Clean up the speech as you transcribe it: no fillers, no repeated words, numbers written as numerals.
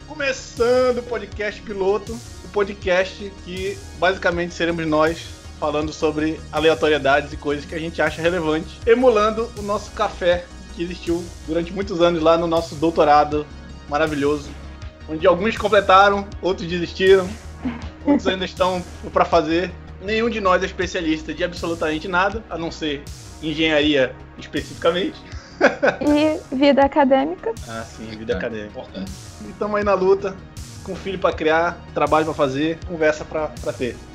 Começando o podcast piloto, o podcast que basicamente seremos nós falando sobre aleatoriedades e coisas que a gente acha relevante, emulando o nosso café que existiu durante muitos anos lá no nosso doutorado maravilhoso, onde alguns completaram, outros desistiram, outros ainda estão para fazer. Nenhum de nós é especialista de absolutamente nada, a não ser engenharia especificamente. E vida acadêmica. Ah, sim, vida acadêmica. Importante. E estamos aí na luta, com filho pra criar, trabalho pra fazer, conversa pra ter.